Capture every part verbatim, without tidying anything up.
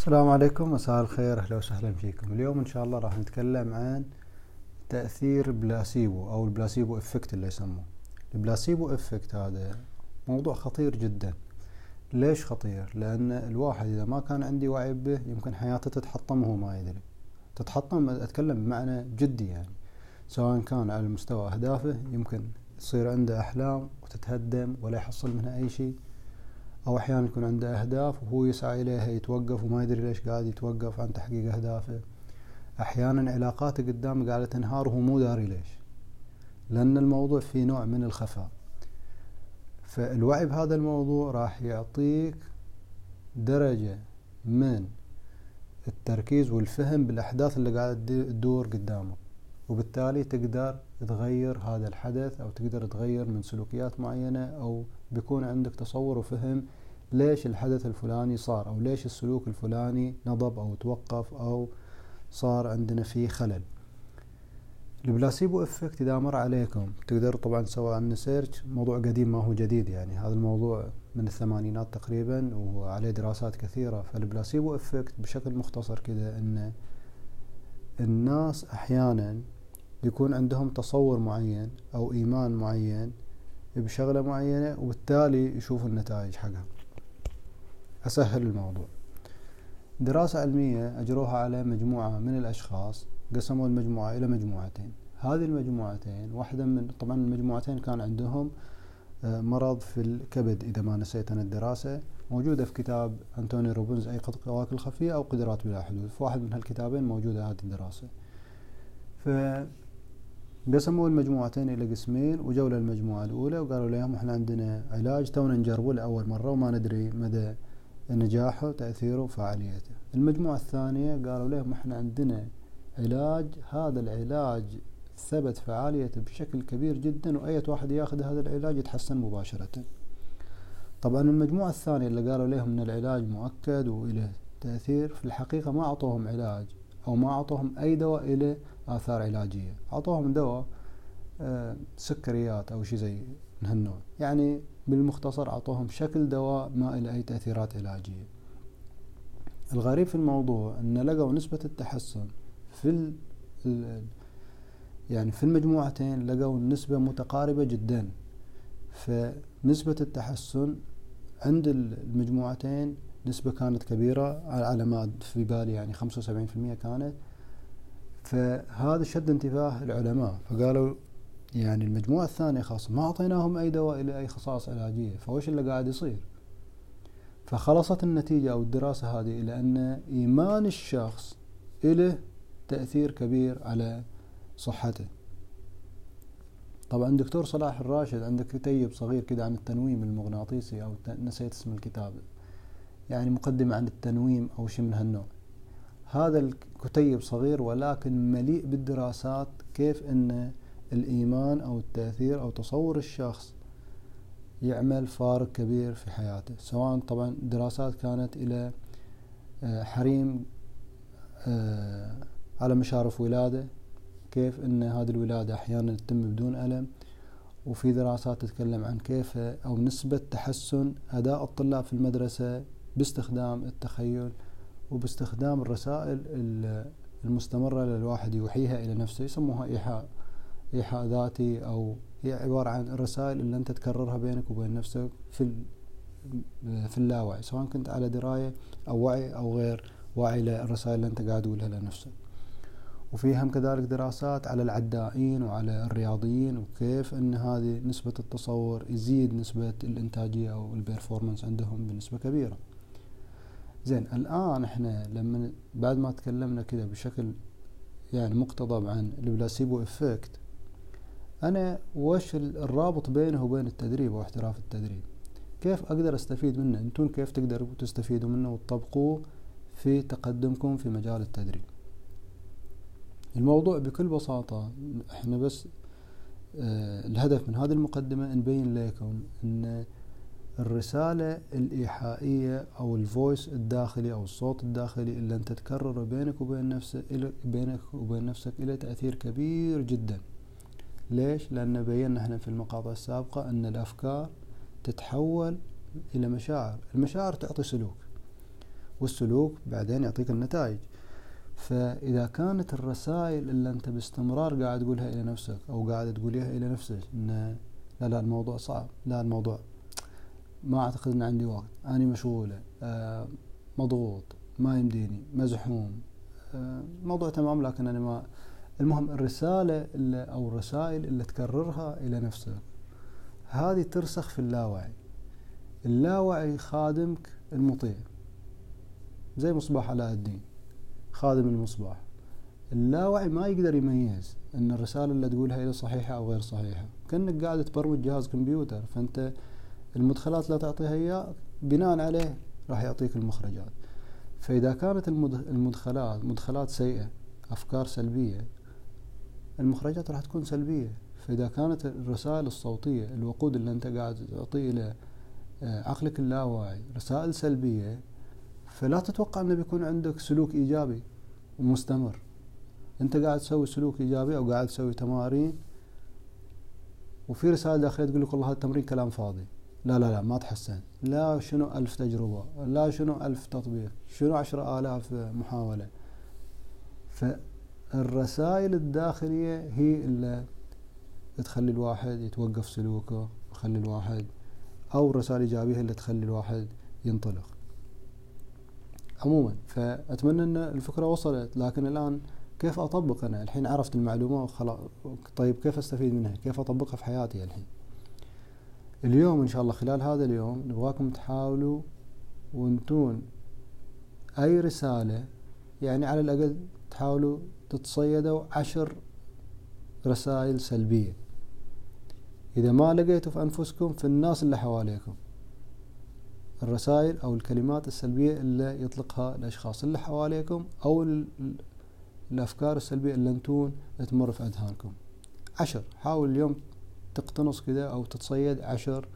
السلام عليكم، مساء الخير، اهلا وسهلا فيكم. اليوم ان شاء الله راح نتكلم عن تأثير بلاسيبو او البلاسيبو افكت اللي يسموه. البلاسيبو افكت هذا موضوع خطير جدا. ليش خطير؟ لان الواحد اذا ما كان عنده وعي به يمكن حياته تتحطم وهو ما يدري. تتحطم اتكلم بمعنى جدي، يعني سواء كان على مستوى اهدافه، يمكن يصير عنده احلام وتتهدم ولا يحصل منها اي شيء، أو أحيانا يكون عنده أهداف وهو يسعى إليها يتوقف وما يدري ليش قاعد يتوقف عن تحقيق أهدافه. أحيانا علاقاته قدامه قاعدة تنهار وهو مو داري ليش، لأن الموضوع فيه نوع من الخفاء. فالوعي بهذا الموضوع راح يعطيك درجة من التركيز والفهم بالأحداث اللي قاعدة تدور قدامك، وبالتالي تقدر تغير هذا الحدث أو تقدر تغير من سلوكيات معينة، أو بيكون عندك تصور وفهم ليش الحدث الفلاني صار، أو ليش السلوك الفلاني نضب أو توقف أو صار عندنا فيه خلل. البلاسيبو افكت إذا مر عليكم تقدروا طبعا تسووا عنه سيرش، موضوع قديم ما هو جديد، يعني هذا الموضوع من الثمانينات تقريبا وعليه دراسات كثيرة. فالبلاسيبو افكت بشكل مختصر كده ان الناس أحيانا يكون عندهم تصور معين أو إيمان معين بشغلة معينة وبالتالي يشوفوا النتائج حقها. أسهل الموضوع، دراسة علمية أجروها على مجموعة من الأشخاص، قسموا المجموعة إلى مجموعتين. هذه المجموعتين واحدة من طبعا المجموعتين كان عندهم مرض في الكبد، إذا ما نسيت أنا الدراسة موجودة في كتاب أنتوني روبنز، أي قواك الخفية أو قدرات بلا حدود، في واحد من هالكتابين موجودة هذه الدراسة. فقسموا المجموعتين إلى قسمين وجوا للمجموعة الأولى وقالوا لهم إحنا عندنا علاج تونا نجربه لأول مرة وما ندري مدى نجاحه تأثيره وفعاليته. المجموعة الثانية قالوا لهم إحنا عندنا علاج، هذا العلاج ثبت فعاليته بشكل كبير جدا وأي واحد ياخذ هذا العلاج يتحسن مباشرة. طبعا المجموعة الثانية اللي قالوا لهم أن العلاج مؤكد وإله تأثير، في الحقيقة ما أعطوهم علاج أو ما أعطوهم أي دواء إله آثار علاجية، أعطوهم دواء آه سكريات أو شيء زي من هالنوع، يعني بالمختصر أعطوهم شكل دواء ما إله أي تأثيرات علاجية. الغريب في الموضوع أن لقوا نسبة التحسن في ال يعني في المجموعتين لقوا النسبة متقاربة جدا. فنسبة التحسن عند المجموعتين نسبة كانت كبيرة على ما في بالي، يعني خمسة وسبعين بالمئة كانت. فهذا شد انتباه العلماء، فقالوا يعني المجموعة الثانية خاصة ما أعطيناهم أي دواء إلى أي خصائص علاجية، فوش اللي قاعد يصير؟ فخلصت النتيجة أو الدراسة هذه إلى أن إيمان الشخص إله تأثير كبير على صحته. طبعا دكتور صلاح الراشد عنده كتيب صغير كده عن التنويم المغناطيسي، أو نسيت اسم الكتاب، يعني مقدمة عن التنويم أو شيء من هالنوع. هذا الكتيب صغير ولكن مليء بالدراسات كيف أن الإيمان أو التأثير أو تصور الشخص يعمل فارق كبير في حياته، سواء طبعا دراسات كانت إلى حريم على مشارف ولادة، كيف أن هذه الولادة أحيانا تتم بدون ألم، وفي دراسات تتكلم عن كيف أو نسبة تحسن أداء الطلاب في المدرسة باستخدام التخيل وباستخدام الرسائل المستمرة للواحد يوحيها إلى نفسه، يسموها إيحاء إيحاء ذاتي، أو هي عبارة عن الرسائل اللي أنت تكررها بينك وبين نفسك في في اللاوعي، سواء كنت على دراية أو وعي أو غير وعي للرسائل اللي أنت قاعد تقولها لنفسك. وفي هم كذلك دراسات على العدائين وعلى الرياضيين، وكيف أن هذه نسبة التصور يزيد نسبة الإنتاجية أو البيرفورمانس عندهم بنسبة كبيرة. زين، الآن إحنا لما بعد ما تكلمنا كده بشكل يعني مقتضب عن البلاسيبو إفكت، أنا وش الرابط بينه وبين التدريب واحتراف التدريب؟ كيف أقدر أستفيد منه؟ أنتم كيف تقدروا تستفيدوا منه وتطبقوه في تقدمكم في مجال التدريب؟ الموضوع بكل بساطة، إحنا بس آه الهدف من هذه المقدمة نبين لكم أن الرسالة الإيحائية أو الفويس الداخلي أو الصوت الداخلي اللي أنت تكرره بينك وبين نفسك بينك وبين نفسك إلى تأثير كبير جدا. ليش؟ لأن بينا احنا في المقاطع السابقة أن الأفكار تتحول إلى مشاعر، المشاعر تعطي سلوك، والسلوك بعدين يعطيك النتائج. فإذا كانت الرسائل اللي أنت باستمرار قاعد تقولها إلى نفسك أو قاعد تقوليها إلى نفسك إن لا لا الموضوع صعب، لا الموضوع ما أعتقد أن عندي وقت، أنا مشغولة، آه مضغوط، ما يمديني، مزحوم، آه موضوع تمام لكن أنا ما، المهم الرسالة اللي أو الرسائل اللي تكررها إلى نفسك هذه ترسخ في اللاوعي. اللاوعي خادمك المطيع زي مصباح علاء الدين، خادم المصباح. اللاوعي ما يقدر يميز ان الرسالة اللي تقولها هي صحيحة او غير صحيحة، كأنك قاعد تبرمج جهاز كمبيوتر، فانت المدخلات اللي تعطيها اياه بناء عليه راح يعطيك المخرجات. فاذا كانت المدخلات مدخلات سيئة، افكار سلبية، المخرجات راح تكون سلبية. فاذا كانت الرسائل الصوتية، الوقود اللي انت قاعد تعطيه الى عقلك اللاواعي رسائل سلبية، فلا تتوقع انه بيكون عندك سلوك ايجابي ومستمر. انت قاعد تسوي سلوك ايجابي او قاعد تسوي تمارين وفي رسالة داخلية تقول لك والله هذا التمرين كلام فاضي، لا لا لا ما تحسن، لا شنو ألف تجربة، لا شنو ألف تطبيق، شنو عشرة آلاف محاولة. فالرسائل الداخلية هي اللي تخلي الواحد يتوقف سلوكه، تخلي الواحد، أو الرسائل الإيجابية اللي تخلي الواحد ينطلق. عموما فأتمنى أن الفكرة وصلت، لكن الآن كيف أطبق؟ أنا الحين عرفت المعلومة وخلاص، طيب كيف أستفيد منها؟ كيف أطبقها في حياتي الحين؟ اليوم إن شاء الله خلال هذا اليوم نبغاكم تحاولوا وانتون أي رسالة، يعني على الأقل تحاولوا تتصيدوا عشر رسائل سلبية. إذا ما لقيتوا في أنفسكم، في الناس اللي حواليكم، الرسائل أو الكلمات السلبية اللي يطلقها الأشخاص اللي حواليكم أو الأفكار السلبية اللي انتون تمر في أذهانكم. عشر، حاول اليوم تقتنص كذا أو تتصيد عشر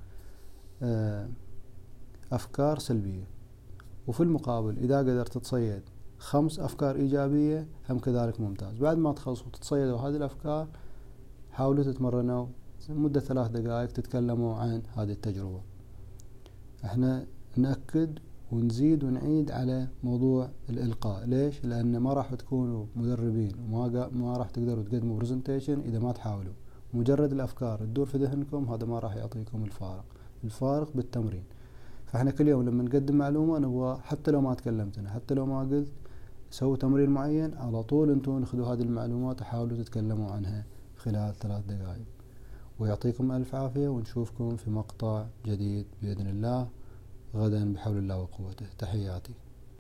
أفكار سلبية، وفي المقابل إذا قدرت تتصيد خمس أفكار إيجابية هم كذلك ممتاز. بعد ما تخلصوا تتصيدوا هذه الأفكار، حاولوا تتمرنوا مدة ثلاث دقائق تتكلموا عن هذه التجربة. احنا نأكد ونزيد ونعيد على موضوع الإلقاء. ليش؟ لأن ما راح تكونوا مدربين وما ما راح تقدروا تقدموا برزنتيشن إذا ما تحاولوا. مجرد الأفكار تدور في ذهنكم هذا ما راح يعطيكم الفارق. الفارق بالتمرين. فاحنا كل يوم لما نقدم معلومة نبغى حتى لو ما تكلمتنا، حتى لو ما قلت، سووا تمرين معين على طول انتم ناخذوا هذه المعلومات وحاولوا تتكلموا عنها خلال ثلاث دقائق. ويعطيكم ألف عافية، ونشوفكم في مقطع جديد بإذن الله غدا بحول الله وقوته. تحياتي.